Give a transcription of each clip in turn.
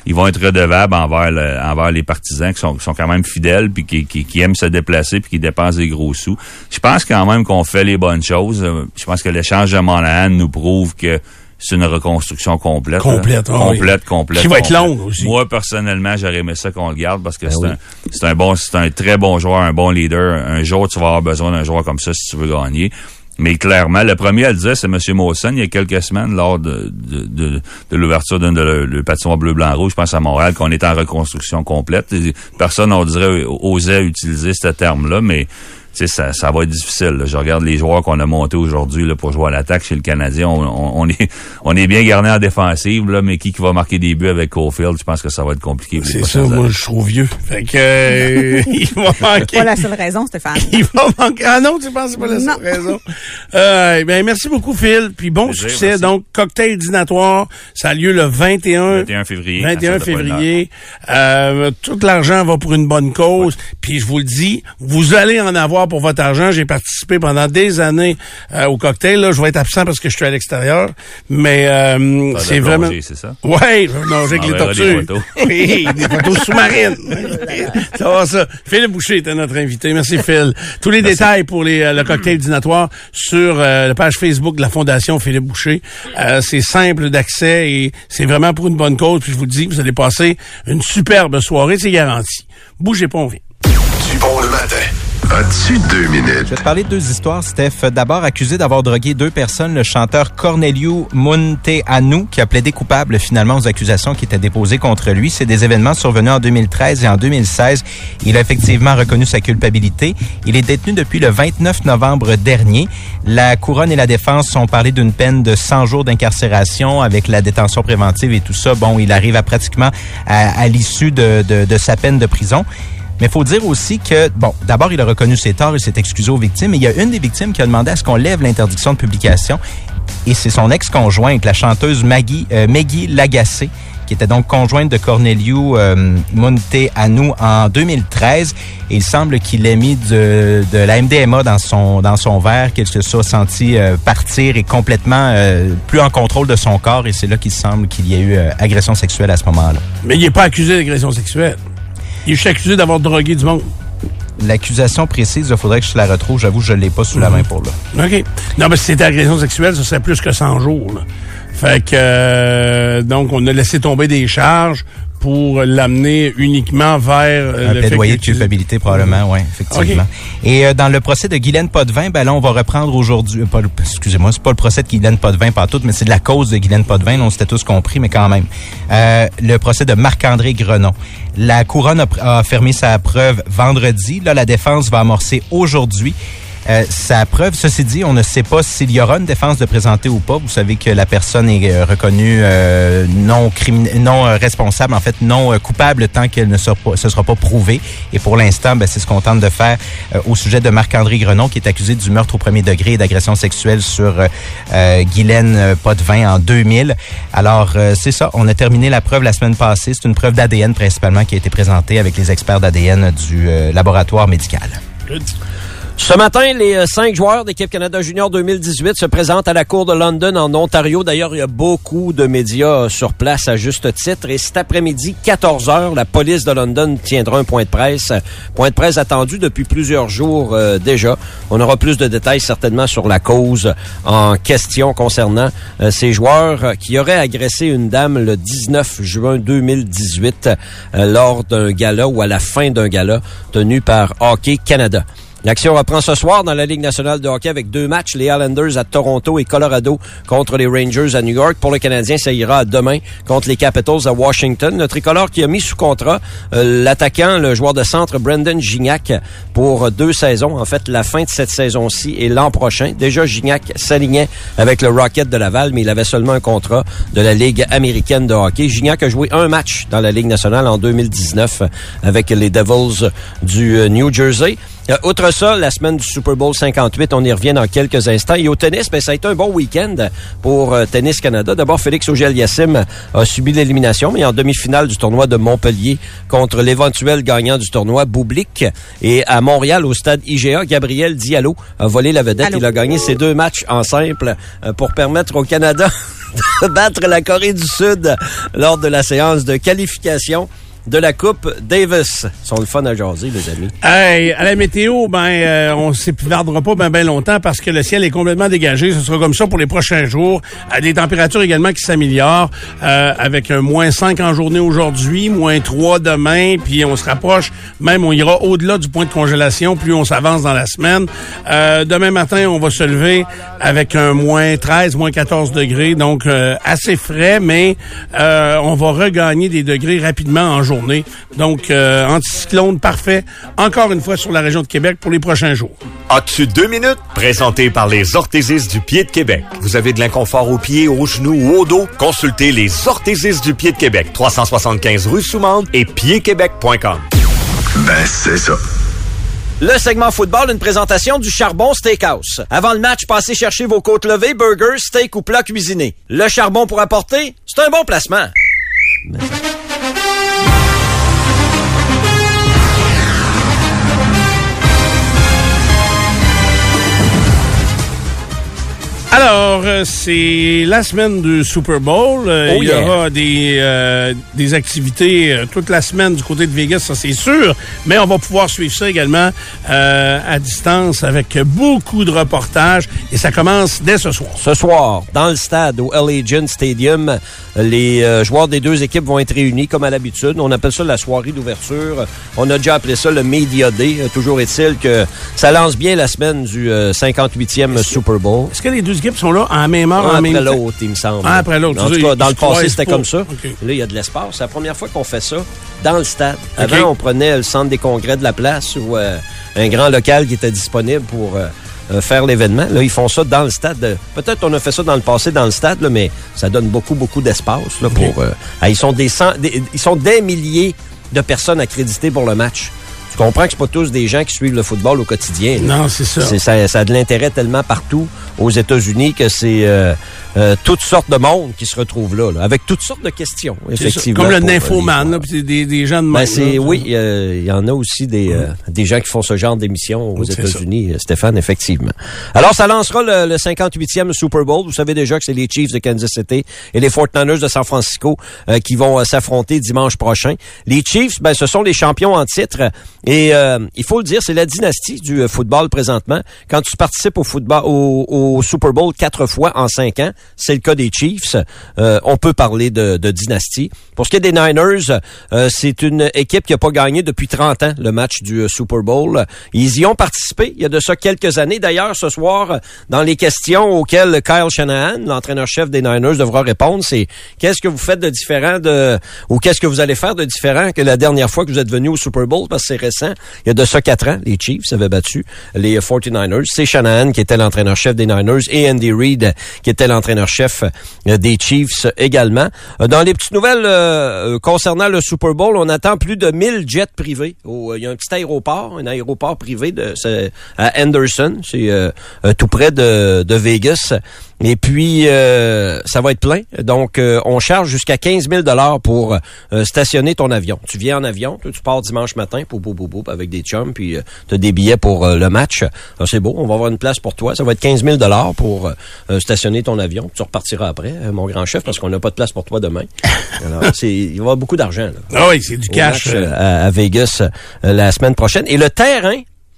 ils vont être redevables envers les partisans qui sont quand même fidèles puis qui aiment se déplacer puis qui dépensent des gros sous. Je pense quand même qu'on fait les bonnes choses. Je pense que l'échange de Monahan nous prouve que c'est une reconstruction complète. Complète. Qui va être longue aussi. Moi, personnellement, j'aurais aimé ça qu'on le garde parce que c'est un très bon joueur, un bon leader. Un jour, tu vas avoir besoin d'un joueur comme ça si tu veux gagner. Mais clairement, le premier à le dire, c'est M. Mawson, il y a quelques semaines, lors de l'ouverture le patinoire bleu-blanc-rouge, je pense à Montréal, qu'on est en reconstruction complète. Personne, on dirait, osait utiliser ce terme-là, mais tu sais, ça va être difficile. Là. Je regarde les joueurs qu'on a montés aujourd'hui là, pour jouer à l'attaque chez le Canadien. On est bien garni en défensive, là, mais qui va marquer des buts avec Caulfield, je pense que ça va être compliqué. C'est ça, moi je suis trop vieux. Fait que il va manquer. C'est pas la seule raison, Stéphane. Il va manquer. Ah non, tu penses que c'est pas la seule raison. Ben merci beaucoup, Phil. Puis bon succès. Merci. Donc, cocktail dînatoire, ça a lieu le 21 février. 21 février. Tout l'argent va pour une bonne cause. Puis je vous le dis, vous allez en avoir pour votre argent. J'ai participé pendant des années au cocktail. Là, je vais être absent parce que je suis à l'extérieur. Mais c'est vraiment... c'est ça? Oui, je vais nager avec les tortues. Oui, des photos sous-marines. Ça va ça. Philippe Boucher était notre invité. Merci Phil. Tous les détails pour le cocktail dînatoire sur la page Facebook de la Fondation Philippe Boucher. C'est simple d'accès et c'est vraiment pour une bonne cause. Puis je vous le dis, vous allez passer une superbe soirée. C'est garanti. Bougez pas, on vient. Du bon le matin. As-tu 2 minutes? Je vais te parler de 2 histoires, Steph. D'abord, accusé d'avoir drogué 2 personnes, le chanteur Corneliu Munteanu, qui a plaidé coupable finalement aux accusations qui étaient déposées contre lui. C'est des événements survenus en 2013 et en 2016. Il a effectivement reconnu sa culpabilité. Il est détenu depuis le 29 novembre dernier. La couronne et la défense ont parlé d'une peine de 100 jours d'incarcération avec la détention préventive et tout ça. Bon, il arrive à pratiquement à l'issue de sa peine de prison. Mais il faut dire aussi que, bon, d'abord, il a reconnu ses torts, il s'est excusé aux victimes, et il y a une des victimes qui a demandé à ce qu'on lève l'interdiction de publication, et c'est son ex-conjointe, la chanteuse Maggie Lagacé, qui était donc conjointe de Corneliu Munteanu en 2013, et il semble qu'il ait mis de la MDMA dans son verre, qu'il se soit senti partir et complètement plus en contrôle de son corps, et c'est là qu'il semble qu'il y a eu agression sexuelle à ce moment-là. Mais il n'est pas accusé d'agression sexuelle. Il est accusé d'avoir drogué du monde. L'accusation précise, il faudrait que je la retrouve. J'avoue, je ne l'ai pas sous la main pour là. OK. Non, mais si c'était agression sexuelle, ça serait plus que 100 jours. Là. Fait que, donc, on a laissé tomber des charges pour l'amener uniquement vers un plaidoyer de culpabilité, probablement, oui, effectivement. Okay. Et dans le procès de Guylaine Potvin, ben là, on va reprendre aujourd'hui... excusez-moi, c'est pas le procès de Guylaine Potvin partout, mais c'est de la cause de Guylaine Potvin, on s'était tous compris, mais quand même. Le procès de Marc-André Grenon. La couronne a fermé sa preuve vendredi. Là, la défense va amorcer aujourd'hui. Sa preuve, ceci dit, on ne sait pas s'il y aura une défense de présenter ou pas. Vous savez que la personne est reconnue non responsable, en fait non coupable tant qu'elle ne sera pas prouvée. Et pour l'instant, ben, c'est ce qu'on tente de faire au sujet de Marc-André Grenon, qui est accusé du meurtre au premier degré et d'agression sexuelle sur Guylaine Potvin en 2000. Alors, c'est ça. On a terminé la preuve la semaine passée. C'est une preuve d'ADN principalement qui a été présentée avec les experts d'ADN du laboratoire médical. Good. Ce matin, les 5 joueurs d'équipe Canada Junior 2018 se présentent à la Cour de London en Ontario. D'ailleurs, il y a beaucoup de médias sur place à juste titre. Et cet après-midi, 14h, la police de London tiendra un point de presse. Point de presse attendu depuis plusieurs jours déjà. On aura plus de détails certainement sur la cause en question concernant ces joueurs qui auraient agressé une dame le 19 juin 2018 lors d'un gala ou à la fin d'un gala tenu par Hockey Canada. L'action reprend ce soir dans la Ligue nationale de hockey avec 2 matchs, les Islanders à Toronto et Colorado contre les Rangers à New York. Pour le Canadien, ça ira demain contre les Capitals à Washington. Le tricolore qui a mis sous contrat l'attaquant, le joueur de centre Brendan Gignac pour 2 saisons. En fait, la fin de cette saison-ci et l'an prochain. Déjà, Gignac s'alignait avec le Rocket de Laval, mais il avait seulement un contrat de la Ligue américaine de hockey. Gignac a joué 1 match dans la Ligue nationale en 2019 avec les Devils du New Jersey. Autre pas ça, la semaine du Super Bowl 58. On y revient dans quelques instants. Et au tennis, ben, ça a été un bon week-end pour Tennis Canada. D'abord, Félix Auger-Aliassime a subi l'élimination, mais en demi-finale du tournoi de Montpellier contre l'éventuel gagnant du tournoi, Bublik. Et à Montréal, au stade IGA, Gabriel Diallo a volé la vedette. Il a gagné ses 2 matchs en simple pour permettre au Canada de battre la Corée du Sud lors de la séance de qualification de la Coupe Davis. Ils sont le fun à jaser, les amis. Hey, à la météo, on s'épivardera pas ben longtemps parce que le ciel est complètement dégagé. Ce sera comme ça pour les prochains jours. Des températures également qui s'améliorent avec un -5 en journée aujourd'hui, -3 demain, puis on se rapproche, même on ira au-delà du point de congélation plus on s'avance dans la semaine. Demain matin, on va se lever avec un -13, -14 degrés, donc assez frais, mais on va regagner des degrés rapidement en journée. Donc, anticyclone parfait, encore une fois, sur la région de Québec pour les prochains jours. As-tu 2 minutes? Présenté par les orthésistes du pied de Québec. Vous avez de l'inconfort aux pieds, aux genoux ou au dos? Consultez les orthésistes du pied de Québec, 375 rue Soumande et piedquebec.com. Ben, c'est ça. Le segment football, une présentation du Charbon Steakhouse. Avant le match, passez chercher vos côtes levées, burgers, steak ou plats cuisinés. Le Charbon pour apporter, c'est un bon placement. Alors, c'est la semaine du Super Bowl. Il y aura des activités toute la semaine du côté de Vegas, ça c'est sûr. Mais on va pouvoir suivre ça également à distance avec beaucoup de reportages. Et ça commence dès ce soir. Ce soir, dans le stade, au Allegiant Stadium, les joueurs des 2 équipes vont être réunis comme à l'habitude. On appelle ça la soirée d'ouverture. On a déjà appelé ça le Media Day. Toujours est-il que ça lance bien la semaine du 58e Super Bowl. Est-ce que les 2 équipes sont là en même heure, en même temps? Après l'autre, il me semble. Après l'autre. En tout cas, dans le passé, c'était comme ça. Okay. Là, il y a de l'espace. C'est la première fois qu'on fait ça dans le stade. Avant, on prenait le centre des congrès de la place ou un grand local qui était disponible pour faire l'événement. Là, ils font ça dans le stade. Peut-être qu'on a fait ça dans le passé dans le stade, là, mais ça donne beaucoup d'espace. Là, pour. Ils sont des milliers de personnes accréditées pour le match. Tu comprends que c'est pas tous des gens qui suivent le football au quotidien. Là. Non, c'est ça. Ça a de l'intérêt tellement partout aux États-Unis que c'est toutes sortes de monde qui se retrouvent là, avec toutes sortes de questions, effectivement. Comme le Nymphoman, là, puis des gens de même. Oui, il y en a aussi des gens qui font ce genre d'émissions aux États-Unis, Stéphane, effectivement. Alors, ça lancera le 58e Super Bowl. Vous savez déjà que c'est les Chiefs de Kansas City et les 49ers de San Francisco qui vont s'affronter dimanche prochain. Les Chiefs, ce sont les champions en titre. Et il faut le dire, c'est la dynastie du football présentement. Quand tu participes au football, au Super Bowl 4 fois en 5 ans, c'est le cas des Chiefs. On peut parler de dynastie. Pour ce qui est des Niners, c'est une équipe qui n'a pas gagné depuis 30 ans le match du Super Bowl. Ils y ont participé il y a de ça quelques années. D'ailleurs, ce soir, dans les questions auxquelles Kyle Shanahan, l'entraîneur-chef des Niners, devra répondre, c'est qu'est-ce que vous faites de différent ou qu'est-ce que vous allez faire de différent que la dernière fois que vous êtes venu au Super Bowl, parce que c'est récent. Il y a de ça 4 ans, les Chiefs avaient battu les 49ers. C'est Shanahan qui était l'entraîneur-chef des Niners et Andy Reid qui était l'entraîneur-chef des Chiefs également. Dans les petites nouvelles concernant le Super Bowl, on attend plus de 1000 jets privés. Il y a un petit aéroport, un aéroport privé à Anderson, c'est tout près de Vegas. Et puis, ça va être plein. Donc, on charge jusqu'à 15 000 $ pour stationner ton avion. Tu viens en avion, tu pars dimanche matin, avec des chums, puis tu as des billets pour le match. Alors, c'est beau, on va avoir une place pour toi. Ça va être 15 000 $ pour stationner ton avion. Tu repartiras après, mon grand chef, parce qu'on n'a pas de place pour toi demain. Alors, il va y avoir beaucoup d'argent. Là, ah oui, c'est du cash. À Vegas la semaine prochaine. Et le terrain,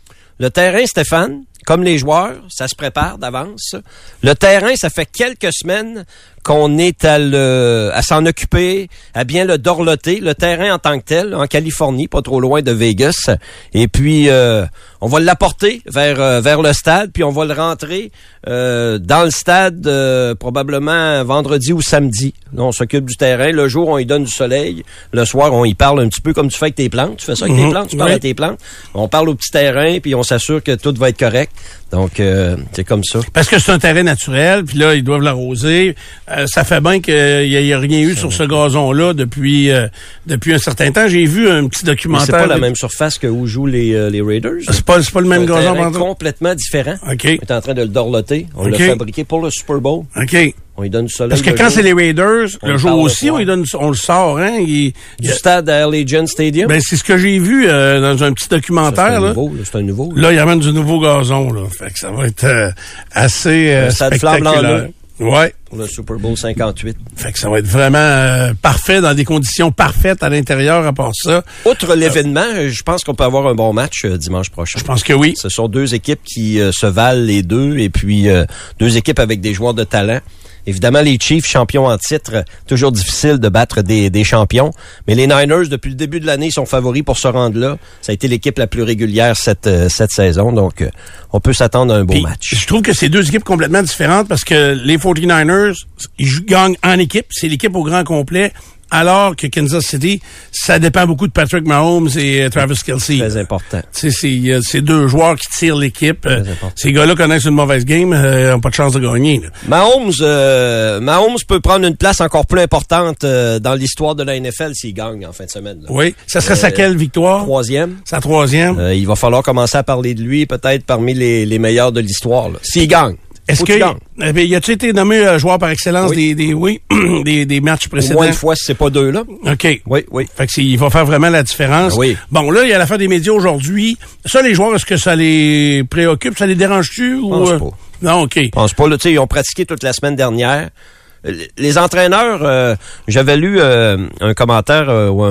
Stéphane, comme les joueurs, ça se prépare d'avance. Le terrain, ça fait quelques semaines qu'on est à s'en occuper, à bien le dorloter. Le terrain en tant que tel, en Californie, pas trop loin de Vegas. Et puis, on va l'apporter vers le stade, puis on va le rentrer dans le stade probablement vendredi ou samedi. Là, on s'occupe du terrain. Le jour, on y donne du soleil. Le soir, on y parle un petit peu comme tu fais avec tes plantes. Tu fais ça avec tes plantes? Tu parles à tes plantes. On parle au petit terrain, puis on s'assure que tout va être correct. Donc, c'est comme ça. Parce que c'est un terrain naturel, puis là, ils doivent l'arroser. Ça fait bien qu'il n'y a rien eu sur ce gazon-là depuis un certain temps. J'ai vu un petit documentaire. C'est pas la même surface que où jouent les Raiders. C'est pas le même gazon. C'est complètement différent. OK. On est en train de le dorloter. On l'a fabriqué pour le Super Bowl. OK. On lui donne du soleil. Parce que quand c'est les Raiders, le jour aussi, on le sort, hein. Du stade à Allegiant Stadium? Ben, c'est ce que j'ai vu dans un petit documentaire, là. C'est un nouveau. Là, il y a même du nouveau gazon, là. Fait que ça va être assez spectaculaire. Ouais. Pour le Super Bowl 58. Fait que ça va être vraiment parfait, dans des conditions parfaites à l'intérieur, à part ça. Outre l'événement, je pense qu'on peut avoir un bon match dimanche prochain. Je pense que oui. Ce sont deux équipes qui se valent les deux, et puis deux équipes avec des joueurs de talent. Évidemment, les Chiefs, champions en titre, toujours difficile de battre des champions. Mais les Niners, depuis le début de l'année, sont favoris pour se rendre là. Ça a été l'équipe la plus régulière cette saison. Donc, on peut s'attendre à un beau match. Je trouve que c'est deux équipes complètement différentes parce que les 49ers, ils gagnent en équipe. C'est l'équipe au grand complet. Alors que Kansas City, ça dépend beaucoup de Patrick Mahomes et Travis Kelce. Très important. C'est deux joueurs qui tirent l'équipe. Ces gars-là connaissent une mauvaise game, n'ont pas de chance de gagner. Là. Mahomes peut prendre une place encore plus importante dans l'histoire de la NFL s'il gagne en fin de semaine. Là. Oui. Ça serait sa quelle victoire? Troisième. Sa troisième. Il va falloir commencer à parler de lui, peut-être parmi les meilleurs de l'histoire. S'il gagne. Est-ce que y a-tu été nommé joueur par excellence des matchs précédents? Au moins une fois, si c'est pas deux, là. OK. Oui. Fait que il va faire vraiment la différence. Oui. Bon, là, il y a l'affaire des médias aujourd'hui. Ça, les joueurs, est-ce que ça les préoccupe? Ça les dérange-tu? Je pense pas. Non, OK. Je pense pas. Là, ils ont pratiqué toute la semaine dernière. Les entraîneurs, j'avais lu un commentaire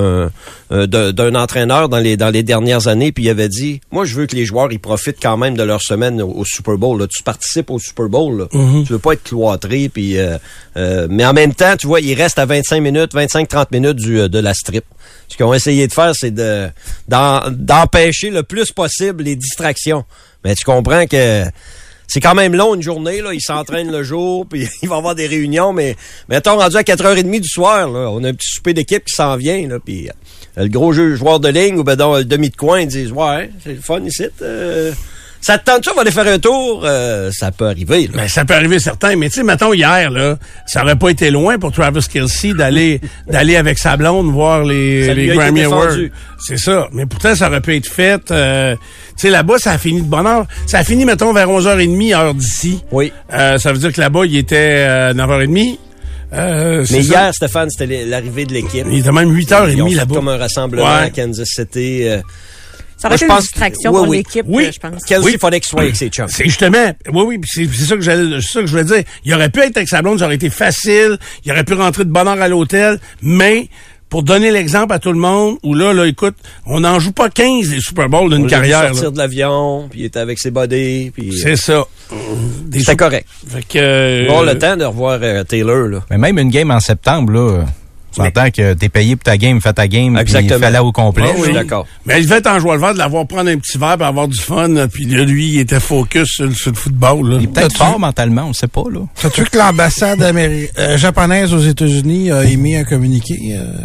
d'un entraîneur dans les dernières années, puis il avait dit, moi je veux que les joueurs ils profitent quand même de leur semaine au Super Bowl. Là. Tu participes au Super Bowl, là. Tu veux pas être cloîtré, puis mais en même temps, tu vois, ils restent à 25-30 minutes de la strip. Ce qu'ils ont essayé de faire, c'est d'empêcher le plus possible les distractions. Mais tu comprends que c'est quand même long, une journée, là. Ils s'entraînent le jour, puis il va y avoir des réunions, mais mettons, rendu à 4h30 du soir, là, on a un petit souper d'équipe qui s'en vient, là, puis le gros joueur de ligne, ou ben donc, le demi de coin, ils disent, ouais, c'est le fun ici, ça te tente ça, on va aller faire un tour? Ça peut arriver, là. Ben, ça peut arriver certain, mais tu sais, mettons, hier, là, ça aurait pas été loin pour Travis Kelce d'aller avec sa blonde voir les Grammy Awards. C'est ça. Mais pourtant, ça aurait pu être fait, tu sais, là-bas, ça a fini de bonne heure. Ça a fini, mettons, vers 11h30, heure d'ici. Oui. Ça veut dire que là-bas, il était 9h30. Mais hier, Stéphane, c'était l'arrivée de l'équipe. Il était même 8h30 là-bas. Comme un rassemblement à Kansas City. Ça aurait été une distraction pour l'équipe, je pense. Kelce, il fallait qu'il soit avec ses chums. C'est justement, c'est ça que je voulais dire. Il aurait pu être avec sa blonde, ça aurait été facile. Il aurait pu rentrer de bonne heure à l'hôtel, mais pour donner l'exemple à tout le monde, où là, écoute, on n'en joue pas 15 des Super Bowls d'une carrière. Il sortir de l'avion, puis il était avec ses buddies, puis c'est ça. C'était correct. Fait que bon, le temps de revoir Taylor, là. Mais même une game en septembre, là. Tu entends que t'es payé pour ta game, fais ta game, puis fais-la au complet. Oui, d'accord. Mais il devait être en joie le vert de l'avoir prendre un petit verre, puis avoir du fun, puis lui, il était focus sur le football. Là. Il est peut-être fort mentalement, on sait pas, là. T'as-tu vu que l'ambassade japonaise aux États-Unis a émis un communiqué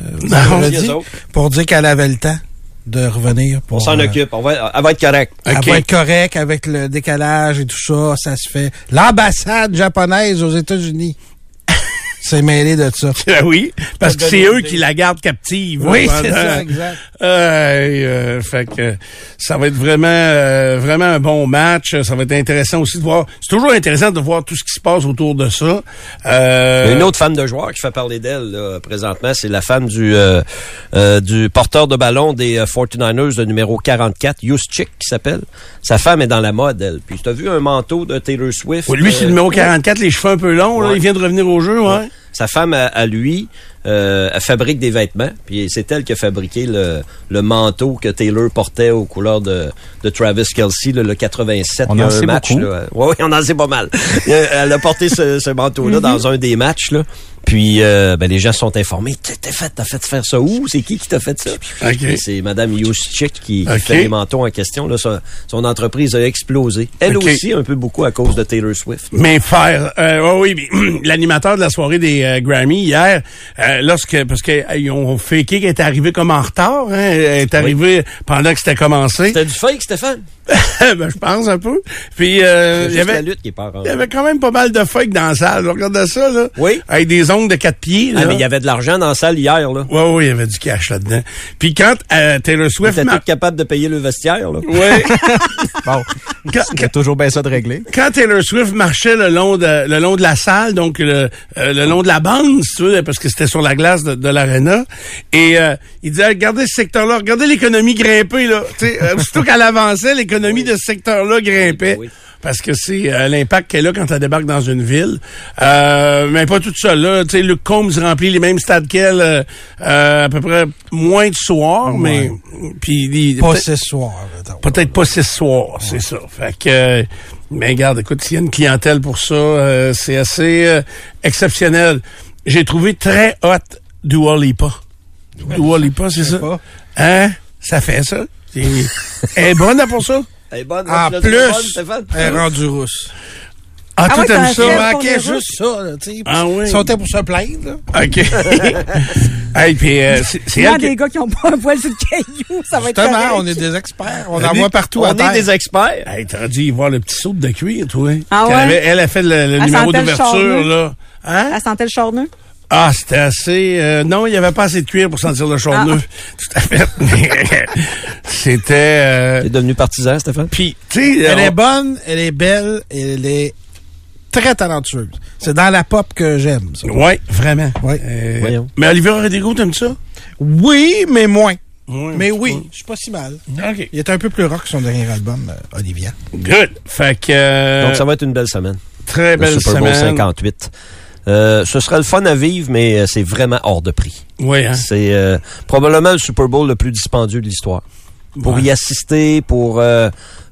pour dire qu'elle avait le temps de revenir. On s'en occupe, elle va être correcte. Elle va être correcte avec le décalage et tout ça, ça se fait. L'ambassade japonaise aux États-Unis s'est mêlé de ça. Oui, parce que c'est eux qui la gardent captive. Oui, c'est ça, exact. Fait que ça va être vraiment un bon match. Ça va être intéressant aussi de voir. C'est toujours intéressant de voir tout ce qui se passe autour de ça. Une autre femme de joueur qui fait parler d'elle là, présentement, c'est la femme du porteur de ballon des 49ers, le numéro 44, Juszczyk, qui s'appelle. Sa femme est dans la mode, elle. Puis tu as vu un manteau de Taylor Swift? Oui, lui, c'est le numéro 44, les cheveux un peu longs. Là, il vient de revenir au jeu, ouais. Sa femme, à lui, elle fabrique des vêtements, puis c'est elle qui a fabriqué le manteau que Taylor portait aux couleurs de Travis Kelce, le 87. On en sait match, beaucoup. Oui, on en sait pas mal. Elle a porté ce manteau-là dans un des matchs, là. Puis les gens sont informés. T'as fait faire ça où? C'est qui t'a fait ça? Okay. C'est Mme Juszczyk qui fait les manteaux en question. Là, son entreprise a explosé. Elle aussi, un peu beaucoup à cause de Taylor Swift. Mais l'animateur de la soirée des des Grammy hier, parce qu'ils ont faké qu'elle était arrivée comme en retard, hein, elle est arrivée pendant que c'était commencé. C'était du fake, Stéphane? Ben, je pense un peu. Puis, il y avait la lutte qui est pas il y avait quand même pas mal de fake dans la salle. Je regardais ça, là. Oui. Avec des ongles de 4 pieds, là. Ah, mais il y avait de l'argent dans la salle hier, là. Oui, il y avait du cash là-dedans. Puis quand Taylor Swift... T'étais tout capable de payer le vestiaire, là. Oui. Bon. C'est toujours bien ça de régler. Quand Taylor Swift marchait le long de la salle, donc le long de la bande, si tu veux, parce que c'était sur la glace de l'aréna, et il disait, regardez ce secteur-là, regardez l'économie grimper, là. Surtout qu'elle avançait, l'économie de ce secteur-là grimpait. Oui. Parce que c'est l'impact qu'elle a quand elle débarque dans une ville. Mais pas toute seule, là. Tu sais, Luke Combs remplit les mêmes stades qu'elle à peu près moins de soirs, mais... Puis, pas 6 soirs. Peut-être pas 6 soirs, c'est ça. Fait que... mais regarde, écoute, s'il y a une clientèle pour ça, c'est assez exceptionnel. J'ai trouvé très hot Dua Lipa. Dua Lipa, c'est ça? Pas. Hein? Ça fait ça. Elle est bonne pour ça? Elle est bonne. En plus, elle est rendue rousse. Ah, toi, t'aimes ça? Il manquait juste ça, tu sais. Ah oui. Ils sont pour se plaindre, là. OK. Hey, puis c'est elle des gars qui ont pas un poil sur le caillou, ça va être correct. Justement, on est des experts. On en voit partout à terre. On est des experts. Hey, t'aurais dû y voir le petit saut de cuir, toi. Ah ouais? Elle a fait le numéro d'ouverture, là. Hein? Elle sentait le chardonnay? Ah, c'était assez... non, il n'y avait pas assez de cuir pour sentir le chardonnay. Tout à fait. C'était... T'es devenu partisan, Stéphane? Puis, tu sais... Elle est bonne, elle est belle, elle est très talentueuse. C'est dans la pop que j'aime, ça. Oui, vraiment. Ouais. Voyons. Mais Olivia Rodrigo, t'aimes ça? Oui, mais moins. Oui, mais oui, je suis pas si mal. OK. Il est un peu plus rock que son dernier album, Olivia. Good. Fait que... Donc, ça va être une belle semaine. Très belle Super semaine. Bowl 58. Ce sera le fun à vivre, mais c'est vraiment hors de prix. Oui, hein? C'est probablement le Super Bowl le plus dispendieux de l'histoire. Pour y assister, pour le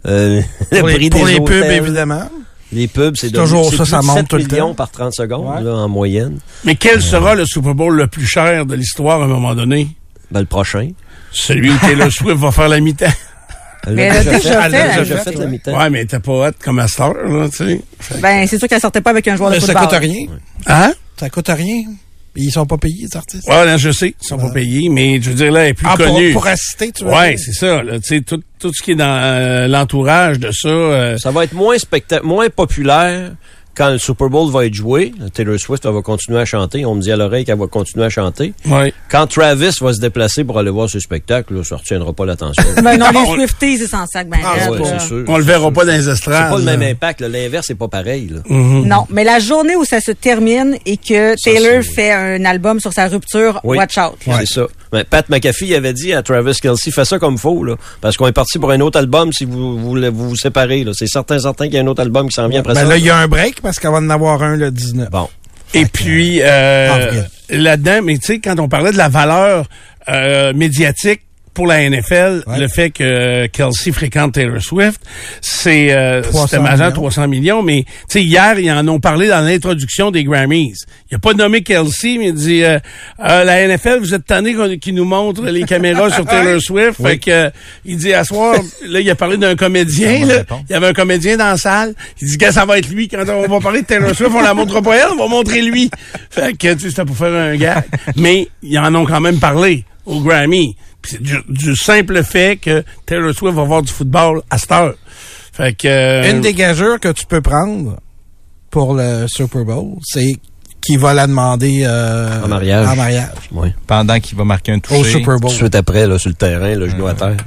prix pour des les hôtels. pubs, évidemment. Les pubs, c'est toujours ça monte tout le temps. 7 millions par 30 secondes, là, en moyenne. Mais quel sera le Super Bowl le plus cher de l'histoire à un moment donné? Ben, le prochain. Celui où Taylor Swift va faire la mi-temps. Mais elle a déjà fait la mi-temps. Ouais, mais t'es pas hot comme à Star, là, tu sais. Ben, c'est sûr qu'elle sortait pas avec un joueur de football. Ça coûte rien. Hein? Ça coûte rien. Ils sont pas payés, les artistes. Ouais, là, je sais, ils sont pas payés, mais je veux dire, là, elle est plus connue. Pour assister, tu vois. Ouais, c'est ça, là, tu sais, tout ce qui est dans l'entourage de ça. Ça va être moins populaire quand le Super Bowl va être joué. Taylor Swift, elle va continuer à chanter. On me dit à l'oreille qu'elle va continuer à chanter. Ouais. Quand Travis va se déplacer pour aller voir ce spectacle, là, ça retiendra pas l'attention. Ben non, les Swifties, c'est sans sac, ben ouais, c'est sûr. On le verra pas dans les estrades. C'est pas le même impact. Là. L'inverse, c'est pas pareil. Là. Mm-hmm. Non, mais la journée où ça se termine et que Taylor fait un album sur sa rupture, watch out. Ouais. C'est ça. Ben, Pat McAfee avait dit à Travis Kelce, fais ça comme faut, là, parce qu'on est parti pour un autre album si vous séparez. Là. C'est certain qu'il y a un autre album qui s'en vient après ça. Là, il y a un break parce qu'on va en avoir un le 19. Bon. Et puis, là-dedans, mais tu sais, quand on parlait de la valeur médiatique pour la NFL, le fait que Kelce fréquente Taylor Swift, c'était majeur, 300 millions, mais tu sais, hier, ils en ont parlé dans l'introduction des Grammys. Il a pas nommé Kelce, mais il dit la NFL, vous êtes tannés qu'ils nous montrent les caméras sur Taylor Swift. Fait que il dit à soir, là, il a parlé d'un comédien, là. Il y avait un comédien dans la salle. Il dit que ça va être lui. Quand on va parler de Taylor Swift, on la montrera pas elle, on va montrer lui. Fait que tu sais, c'était pour faire un gag. Mais ils en ont quand même parlé au Grammy. C'est du simple fait que Taylor Swift va voir du football à cette heure. Fait que une des gageures que tu peux prendre pour le Super Bowl, c'est qu'il va la demander en mariage. Oui. Pendant qu'il va marquer un toucher. Au Super Bowl. Tout de suite après, là, sur le terrain, le genou à terre.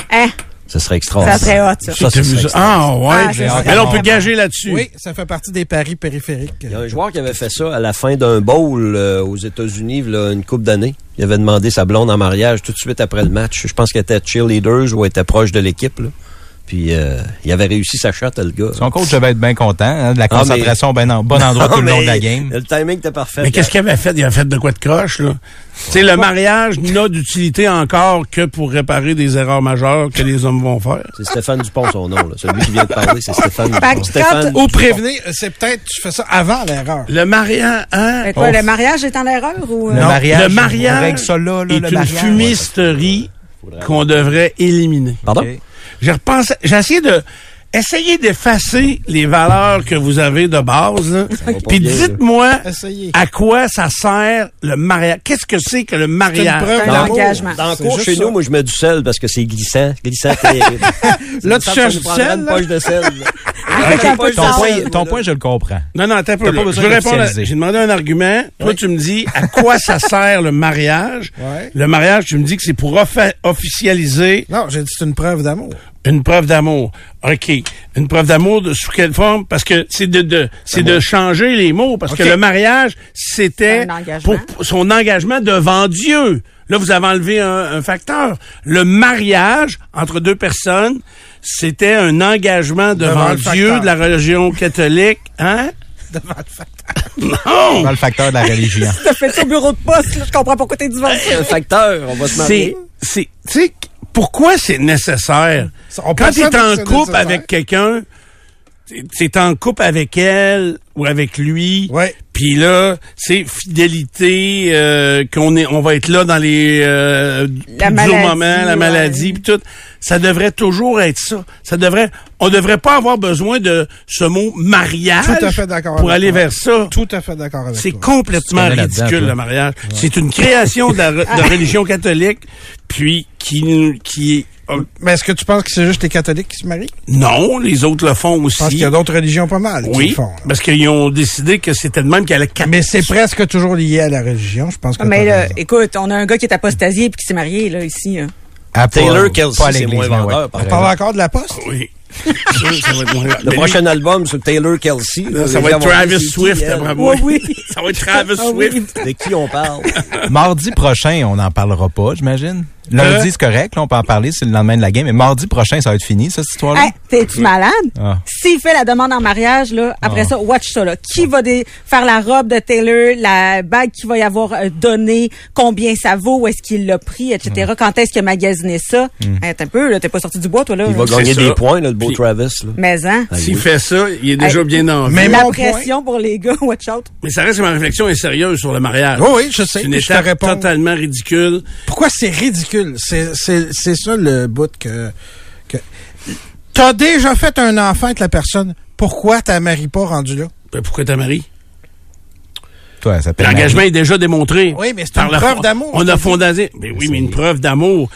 Ça serait extraordinaire. Ça serait hot, ça. Ah, ouais. Mais là, on peut gager là-dessus. Oui, ça fait partie des paris périphériques. Il y a un joueur qui avait fait ça à la fin d'un bowl aux États-Unis, là, une couple d'années. Il avait demandé sa blonde en mariage tout de suite après le match. Je pense qu'elle était cheerleaders ou elle était proche de l'équipe, là. Puis, il avait réussi sa shot, le gars. Son coach devait être bien content, hein, de la concentration bon endroit tout le long de la game. Le timing était parfait. Mais qu'est-ce qu'il avait fait? Il avait fait de quoi de croche, là? Tu sais, le mariage n'a d'utilité encore que pour réparer des erreurs majeures que les hommes vont faire. C'est Stéphane Dupont, son nom, là. Celui qui vient de parler, c'est Stéphane Ou prévenir, c'est peut-être, tu fais ça avant l'erreur. Le mariage, hein? Quoi, le mariage est en erreur ou? Le mariage ça là, est une fumisterie qu'on devrait éliminer. Pardon? J'ai essayé de essayez d'effacer les valeurs que vous avez de base, puis dites-moi à quoi ça sert le mariage. Qu'est-ce que c'est que le mariage? C'est un engagement. Dans le cours, chez nous, moi, je mets du sel parce que c'est glissant. Glissant terrible. Là, tu cherches du sel? Une poche de sel. Ton point, je le comprends. Non, attends un peu. Je veux répondre. J'ai demandé un argument. Toi, tu me dis à quoi ça sert le mariage. Ouais. Le mariage, tu me dis que c'est pour officialiser. Non, j'ai dit c'est une preuve d'amour. Une preuve d'amour. OK. Une preuve d'amour sous quelle forme? Parce que c'est de changer les mots. Parce que le mariage, c'était pour son engagement devant Dieu. Là, vous avez enlevé un facteur. Le mariage entre deux personnes, c'était un engagement devant Dieu de la religion catholique. Hein? Devant le facteur. Non! Dans le facteur de la religion. T'as fait ça au bureau de poste, là, je comprends pourquoi t'es divorcé. Un facteur, on va se marier. Tu sais, pourquoi c'est nécessaire? Quand t'es en couple avec quelqu'un, t'es en couple avec elle ou avec lui. Ouais. Puis là, c'est fidélité, on va être là dans les durs moments, la maladie, puis tout. Ça devrait toujours être ça. On devrait pas avoir besoin de ce mot mariage tout à fait d'accord pour aller vers ça. Tout à fait d'accord avec C'est toi. complètement ridicule, le mariage. Ouais. C'est une création de la religion catholique, puis qui est... Mais est-ce que tu penses que c'est juste les catholiques qui se marient? Non, les autres le font aussi. Je pense qu'il y a d'autres religions pas mal qui le font. Parce qu'ils ont décidé que c'était de même qu'elle a... Mais c'est presque toujours lié à la religion, je pense que mais là, écoute, on a un gars qui est apostasié et qui s'est marié, là, ici. Hein. Taylor Kelsey, c'est moins vendeur. On parle encore de la poste? Oui. Ça va être moins... Le prochain album sur Taylor Kelsey. Ça va être Travis Swift, après moi. Oui. Ça va être Travis Swift. De qui on parle? Mardi prochain, on n'en parlera pas, j'imagine. Lundi, c'est correct, là, on peut en parler, c'est le lendemain de la game. Mais mardi prochain, ça va être fini, cette histoire-là. Hey, t'es-tu malade? S'il fait la demande en mariage, là, après ça, watch ça, là. Qui va faire la robe de Taylor, la bague qu'il va y avoir donnée, combien ça vaut, où est-ce qu'il l'a pris, etc. Quand est-ce qu'il a magasiné ça? Hey, t'es un peu, là, t'es pas sorti du bois, toi, là. Il va gagner des points, là, le beau Travis, là. Mais, hein? S'il fait ça, il est déjà bien en vie. Mais la pression pour les gars, watch out. Mais ça reste que ma réflexion est sérieuse sur le mariage. Oui, je sais. C'est une étape totalement ridicule. Pourquoi c'est ridicule? C'est ça le bout que t'as déjà fait un enfant avec la personne. Pourquoi t'as maries pas rendu là? Ben, pourquoi t'as marié? L'engagement est déjà démontré. Oui, mais c'est une preuve d'amour. On a fondé. Mais oui, mais une preuve d'amour.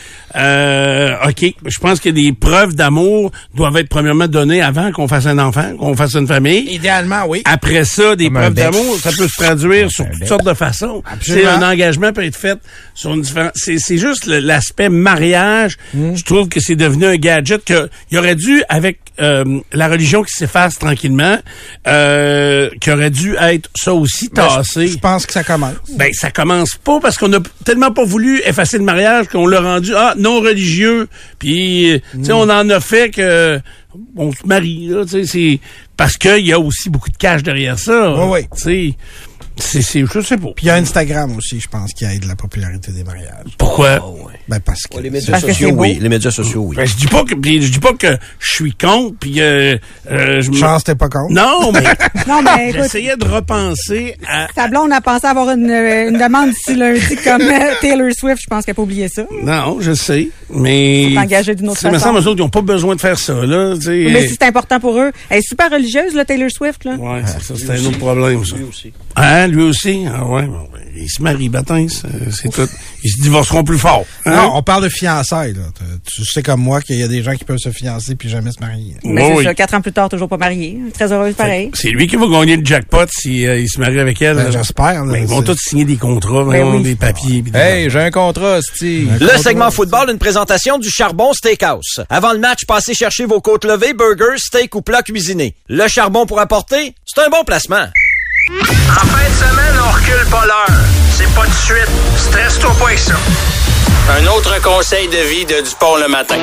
OK. Je pense que des preuves d'amour doivent être premièrement données avant qu'on fasse un enfant, qu'on fasse une famille. Idéalement, oui. Après ça, des preuves d'amour, ça peut se traduire sur toutes sortes de façons. C'est un engagement peut être fait sur une différente. C'est juste l'aspect mariage. Je trouve que c'est devenu un gadget que il aurait dû avec la religion qui s'efface tranquillement, qui aurait dû être ça aussi tassé. Je pense que ça commence. Ben, ça commence pas parce qu'on a tellement pas voulu effacer le mariage qu'on l'a rendu non religieux. Puis, tu sais, on en a fait que on se marie, là, tu sais, c'est parce qu'il y a aussi beaucoup de cash derrière ça. Oui. Tu sais, je sais pas. Puis il y a Instagram aussi, je pense, qui aide la popularité des mariages. Pourquoi? Ben parce que les médias sociaux, oui. Les médias sociaux, oui. Ben, je dis pas que je suis contre, puis chance t'es pas contre. Non, mais écoute, j'essayais de repenser à... Ta blonde a pensé avoir une demande d'ici lundi comme Taylor Swift, je pense qu'elle n'a pas oublié ça. Non, je sais, mais... Faut t'engager d'une autre façon. Il me semble eux autres, ils n'ont pas besoin de faire ça, là, tu sais. Mais si c'est important pour eux. Elle est super religieuse, là, Taylor Swift, là. Ouais, c'est un autre problème, ça. Lui aussi. Hein, lui aussi? Ah ouais, bon, il se marie, baptême, c'est tout. Ils se divorceront plus fort. Hein? Non, on parle de fiançailles, là. Tu sais comme moi qu'il y a des gens qui peuvent se fiancer puis jamais se marier. Mais c'est ça, 4 ans plus tard, toujours pas marié. Très heureuse, pareil. C'est lui qui va gagner le jackpot s'il se marie avec elle. Ben, j'espère. Ils vont tous signer des contrats, des papiers. Hey, j'ai un contrat, Steve. Le segment football, une présentation du Charbon Steakhouse. Avant le match, passez chercher vos côtes levées, burgers, steak ou plats cuisinés. Le Charbon pour apporter, c'est un bon placement. En fin de semaine, on recule pas l'heure. C'est pas de suite. Stresse-toi pas avec ça. Un autre conseil de vie de Dupont le matin.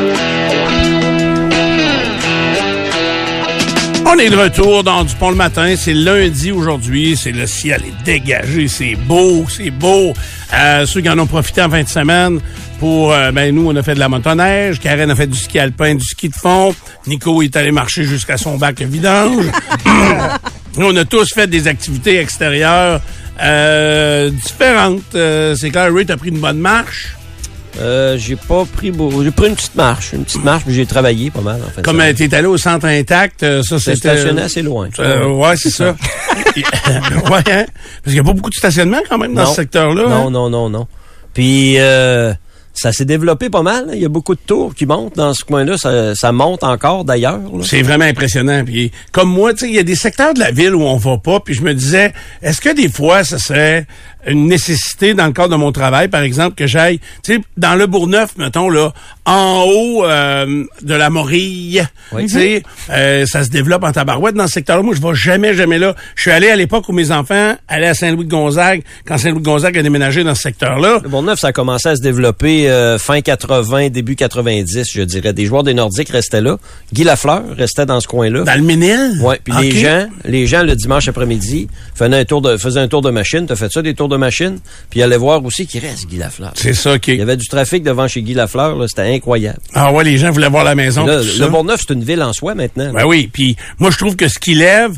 On est de retour dans Dupont le matin. C'est lundi aujourd'hui. C'est le ciel est dégagé. C'est beau. Ceux qui en ont profité en fin de semaine pour... nous, on a fait de la motoneige. Karen a fait du ski alpin, du ski de fond. Nico est allé marcher jusqu'à son bac à vidange. On a tous fait des activités extérieures différentes. C'est clair, Ray, t'as pris une bonne marche. J'ai pas pris beaucoup. J'ai pris une petite marche, mais j'ai travaillé pas mal, en fait. Comme t'es allé au centre intact, ça, c'était... stationné assez loin. Ouais, c'est ça. Ouais, hein? Parce qu'il n'y a pas beaucoup de stationnement, quand même, dans ce secteur-là. Non. Puis, ça s'est développé pas mal. Il y a beaucoup de tours qui montent dans ce coin-là. Ça monte encore, d'ailleurs. Là. C'est vraiment impressionnant. Puis, comme moi, tu sais, il y a des secteurs de la ville où on va pas. Puis, je me disais, est-ce que des fois, ça serait une nécessité dans le cadre de mon travail, par exemple, que j'aille, tu sais, dans le Bourgneuf, mettons, là, en haut de la Morille, tu sais, ça se développe en tabarouette dans ce secteur-là. Moi, je vais jamais là. Je suis allé à l'époque où mes enfants allaient à Saint-Louis-de-Gonzague, quand Saint-Louis-de-Gonzague a déménagé dans ce secteur-là. Le Bourgneuf, ça a commencé à se développer fin 80, début 90, je dirais. Des joueurs des Nordiques restaient là. Guy Lafleur restait dans ce coin-là. Dans le Ménil? Oui. Puis les gens, le dimanche après-midi, faisaient un tour de machine. T'as fait ça, des tours de machine? Puis allaient voir aussi qu'il reste Guy Lafleur. C'est ça, OK. Il y avait du trafic devant chez Guy Lafleur, là. C'était incroyable. Ah ouais, les gens voulaient voir la maison. Là, le Bourgneuf, c'est une ville en soi, maintenant. Ben oui. Puis moi, je trouve que ce qui lève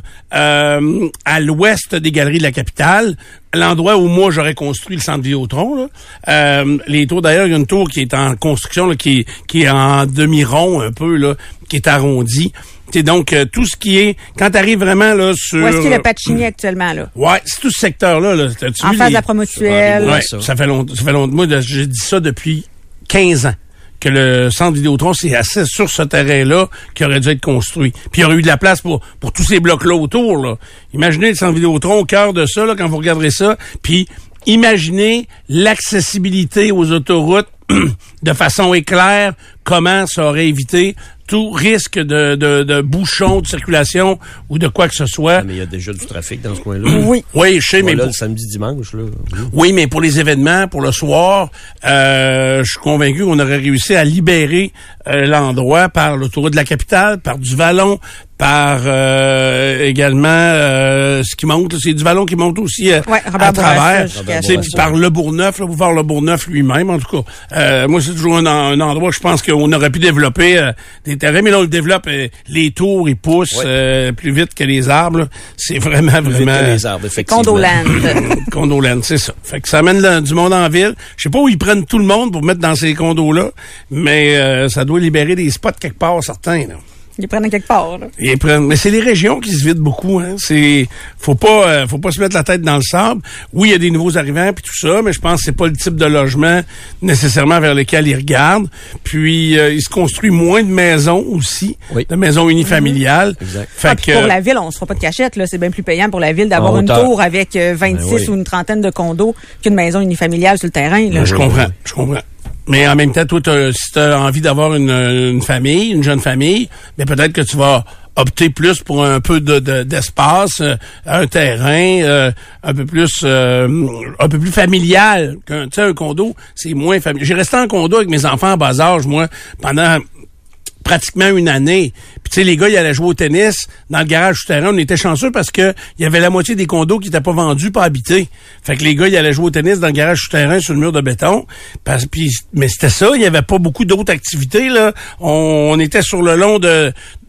à l'ouest des Galeries de la Capitale, l'endroit où moi j'aurais construit le centre Vidéotron, là, les tours, d'ailleurs, il y a une tour qui est en construction, là, qui est en demi-rond un peu, là, qui est arrondi. C'est donc tout ce qui est, quand t'arrives vraiment là sur... Où est-ce qu'il y a le Pacini actuellement, là? Ouais, c'est tout ce secteur-là. Là. En face de la Promotuelle. Ouais, ça fait longtemps. Moi, j'ai dit ça depuis 15 ans. Que le centre Vidéotron, c'est assez sur ce terrain-là qui aurait dû être construit. Puis il y aurait eu de la place pour tous ces blocs-là autour. Là. Imaginez le centre Vidéotron au cœur de ça, là, quand vous regarderez ça. Puis imaginez l'accessibilité aux autoroutes de façon éclair, comment ça aurait évité tout risque de bouchons, de circulation ou de quoi que ce soit. Mais il y a déjà du trafic dans ce coin-là. Oui, je sais, mais... Là, le samedi, dimanche, là. Oui, mais pour les événements, pour le soir, je suis convaincu qu'on aurait réussi à libérer l'endroit par l'autoroute de la Capitale, par du Vallon, par également ce qui monte, c'est du Vallon qui monte aussi à travers. Puis par le Bourgneuf, là, vous voir le Bourgneuf lui-même, en tout cas. Moi, c'est toujours un endroit où je pense qu'on aurait pu développer des terrains, mais là, on le développe, les tours, ils poussent plus vite que les arbres. Là. C'est vraiment... Plus vite que les arbres, effectivement. Condoland, c'est ça. Fait que ça amène du monde en ville. Je sais pas où ils prennent tout le monde pour mettre dans ces condos-là, mais ça doit libérer des spots quelque part, certains, là. Ils prennent quelque part, là. Mais c'est les régions qui se vident beaucoup, hein. Faut pas se mettre la tête dans le sable. Oui, il y a des nouveaux arrivants puis tout ça, mais je pense que c'est pas le type de logement nécessairement vers lequel ils regardent. Puis, il se construit moins de maisons aussi. Oui. De maisons unifamiliales. Exact. Fait que, pour la ville, on se fera pas de cachette, là. C'est bien plus payant pour la ville d'avoir une tour avec 26 ou une trentaine de condos qu'une maison unifamiliale sur le terrain, là. Je comprends. Mais en même temps, toi, si tu as envie d'avoir une famille, une jeune famille, mais peut-être que tu vas opter plus pour un peu d'espace, un terrain un peu plus familial. Tu sais, un condo, c'est moins familial. J'ai resté en condo avec mes enfants en bas âge, moi, pendant pratiquement une année. Puis tu sais, les gars, ils allaient jouer au tennis dans le garage souterrain. On était chanceux parce que il y avait la moitié des condos qui n'étaient pas vendus, pas habités. Fait que les gars, ils allaient jouer au tennis dans le garage souterrain sur le mur de béton. Mais c'était ça, il y avait pas beaucoup d'autres activités, là. On était sur le long de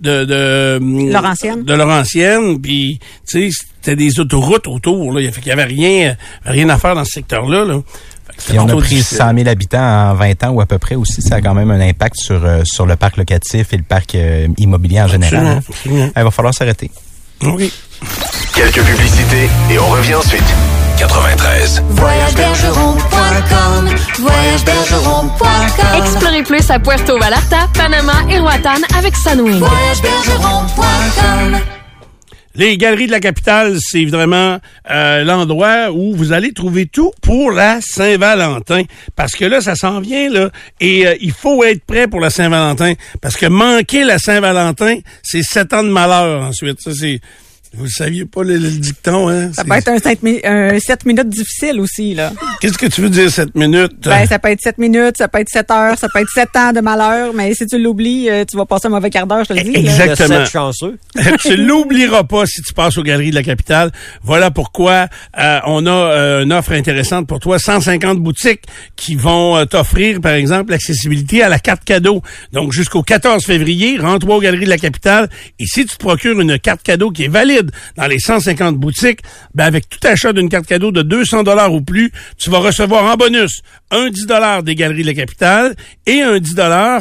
Laurentienne, puis tu sais, c'était des autoroutes autour, là. Fait qu'il y avait rien à faire dans ce secteur-là, là. Et on a pris 100 000 habitants en 20 ans ou à peu près aussi. Ça a quand même un impact sur le parc locatif et le parc immobilier en général. Absolument. Il va falloir s'arrêter. Oui. Quelques publicités et on revient ensuite. 93. voyagebergeron.com voyagebergeron.com Explorez plus à Puerto Vallarta, Panama et Roatan avec Sunwing. voyagebergeron.com Les Galeries de la Capitale, c'est vraiment l'endroit où vous allez trouver tout pour la Saint-Valentin. Parce que là, ça s'en vient, là. Et il faut être prêt pour la Saint-Valentin. Parce que manquer la Saint-Valentin, c'est 7 ans de malheur ensuite. Ça, c'est... Vous saviez pas le dicton, hein? Ça peut être un 7 minutes difficile aussi, là. Qu'est-ce que tu veux dire, 7 minutes? Ben, ça peut être 7 minutes, ça peut être 7 heures, ça peut être 7 ans de malheur, mais si tu l'oublies, tu vas passer un mauvais quart d'heure, je te le dis. Exactement. Là. 7 chanceux. Tu l'oublieras pas si tu passes aux Galeries de la Capitale. Voilà pourquoi on a une offre intéressante pour toi. 150 boutiques qui vont t'offrir, par exemple, l'accessibilité à la carte cadeau. Donc, jusqu'au 14 février, rends-toi aux Galeries de la Capitale. Et si tu te procures une carte cadeau qui est valide vide dans les 150 boutiques, ben avec tout achat d'une carte cadeau de 200 $ ou plus, tu vas recevoir en bonus un 10 $ des Galeries de la Capitale et un 10 $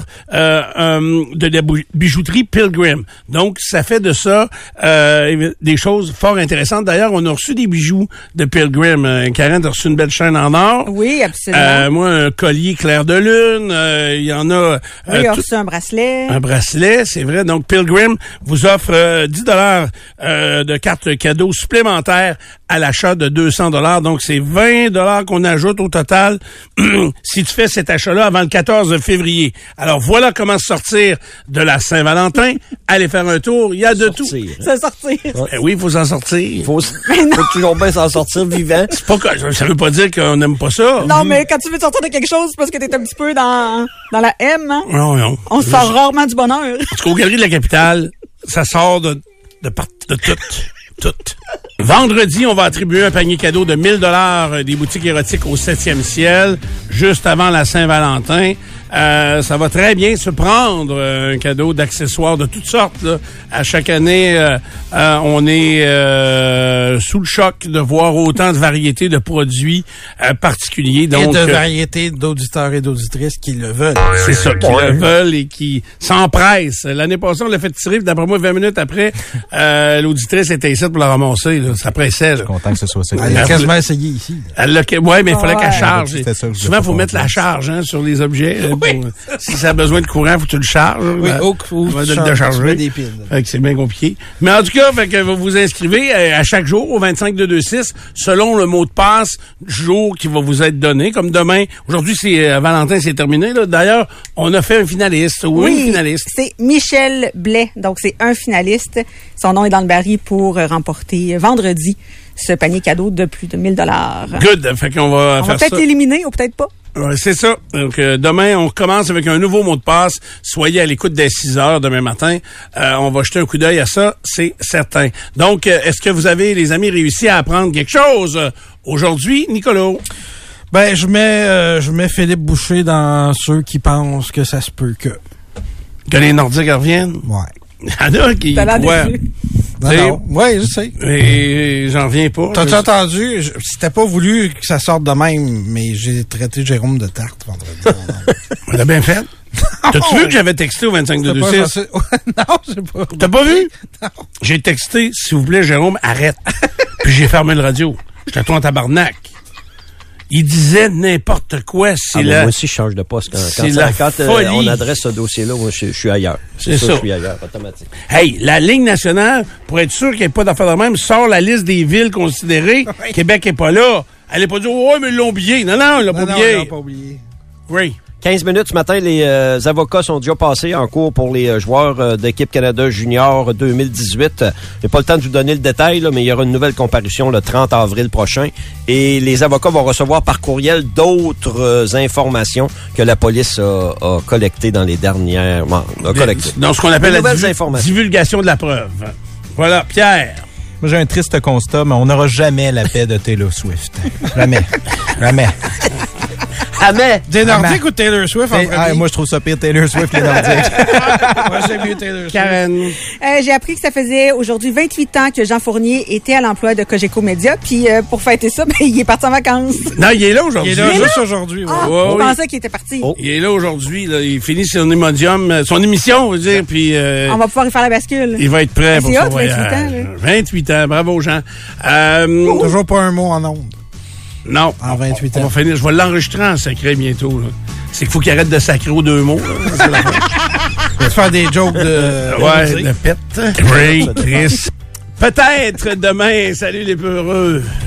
de la bijouterie Pilgrim. Donc, ça fait de ça des choses fort intéressantes. D'ailleurs, on a reçu des bijoux de Pilgrim. Karen a reçu une belle chaîne en or. Oui, absolument. Moi, un collier clair de lune. Il y en a... oui, il a reçu un bracelet. Un bracelet, c'est vrai. Donc, Pilgrim vous offre 10 $ de cartes cadeaux supplémentaires à l'achat de 200 $. Donc, c'est 20 $ qu'on ajoute au total si tu fais cet achat-là avant le 14 février. Alors, voilà comment sortir de la Saint-Valentin. Allez faire un tour. Il y a de tout. S'en sortir. Ben oui, il faut s'en sortir. Faut toujours bien s'en sortir vivant. C'est pas que, ça veut pas dire qu'on n'aime pas ça. Non, mais quand tu veux sortir de quelque chose, c'est parce que t'es un petit peu dans la M, hein? Non. On sort rarement du bonheur. En tout cas, aux Galeries de la Capitale, ça sort de tout. Vendredi, on va attribuer un panier cadeau de 1000 $ des boutiques érotiques au 7e ciel, juste avant la Saint-Valentin. Ça va très bien se prendre un cadeau d'accessoires de toutes sortes. Là. À chaque année, on est sous le choc de voir autant de variétés de produits particuliers. Donc, et de variétés d'auditeurs et d'auditrices qui le veulent. C'est ça, qui le veulent et qui s'empressent. L'année passée, on l'a fait tirer, d'après moi, 20 minutes après, l'auditrice était ici pour la ramasser. Là. Ça pressait. Je suis content que ce soit ça. Elle a quasiment essayé ici. Oui, mais il fallait qu'elle charge. Souvent, il faut mettre la charge sur les objets. Oui. Si ça a besoin de courant, faut que tu le charges. Oui, ou tu le décharger. Des piles. Fait que c'est bien compliqué. Mais en tout cas, fait que vous vous inscrivez à chaque jour au 25226 selon le mot de passe jour qui va vous être donné. Comme demain, aujourd'hui, c'est Valentin, c'est terminé. Là. D'ailleurs, on a fait un finaliste ou une finaliste. C'est Michel Blais. Donc, c'est un finaliste. Son nom est dans le baril pour remporter vendredi ce panier cadeau de plus de 1000 $. Good. Fait qu'on va faire ça. On va peut-être éliminer ou peut-être pas. Ouais, c'est ça. Donc, demain, on commence avec un nouveau mot de passe. Soyez à l'écoute dès 6 heures demain matin. On va jeter un coup d'œil à ça, c'est certain. Donc, est-ce que vous avez, les amis, réussi à apprendre quelque chose aujourd'hui, Nicolas? Ben, je mets Philippe Boucher dans ceux qui pensent que ça se peut que. Que les Nordiques reviennent? Ouais. Il y en a qui croient. Non. Oui, je sais. Et j'en reviens pas. T'as entendu? C'était pas voulu que ça sorte de même, mais j'ai traité Jérôme de tarte vendredi. On l'a bien fait. T'as-tu vu que j'avais texté au 25226? Non, j'ai pas. T'as pas vu? Non. J'ai texté, s'il vous plaît, Jérôme, arrête. Puis j'ai fermé le radio. J'étais toi en tabarnak. Il disait n'importe quoi. Moi aussi, je change de poste. Quand on adresse ce dossier-là, moi, je suis ailleurs. C'est ça. Je suis ailleurs, automatique. Hey, la Ligue nationale, pour être sûr qu'il n'y ait pas d'affaires de même, sort la liste des villes considérées. Oui. Québec n'est pas là. Elle n'est pas dit, oh, mais ils l'ont oublié. Non, ils l'ont pas oublié. Oui. 15 minutes ce matin, les avocats sont déjà passés en cours pour les joueurs d'équipe Canada Junior 2018. J'ai pas le temps de vous donner le détail, là, mais il y aura une nouvelle comparution le 30 avril prochain. Et les avocats vont recevoir par courriel d'autres informations que la police a collectées dans les dernières... Dans ce qu'on appelle la divulgation de la preuve. Voilà, Pierre. Moi, j'ai un triste constat, mais on n'aura jamais la paix de Taylor Swift. Jamais. Des Nordiques ou Taylor Swift en premier? Moi, je trouve ça pire, Taylor Swift, les Nordiques. Moi, j'aime mieux Taylor Swift. Karen. J'ai appris que ça faisait aujourd'hui 28 ans que Jean Fournier était à l'emploi de Cogeco Média. Puis, pour fêter ça, il est parti en vacances. Non, il est là aujourd'hui. Il est là juste aujourd'hui. Je pensais qu'il était parti. Il est là aujourd'hui. Là. Il finit son émission, on veut dire. Puis, on va pouvoir y faire la bascule. Il va être prêt pour son voyage. 28 ans. Là. 28 ans. Bravo, Jean. Toujours pas un mot en ondes. Non. En 28 ans. On va finir. Je vais l'enregistrer en secret bientôt. Là. C'est qu'il faut qu'il arrête de sacrer aux deux mots. Je vais te faire des jokes de... de pète. Oui, Chris. Peut-être demain. Salut les peureux.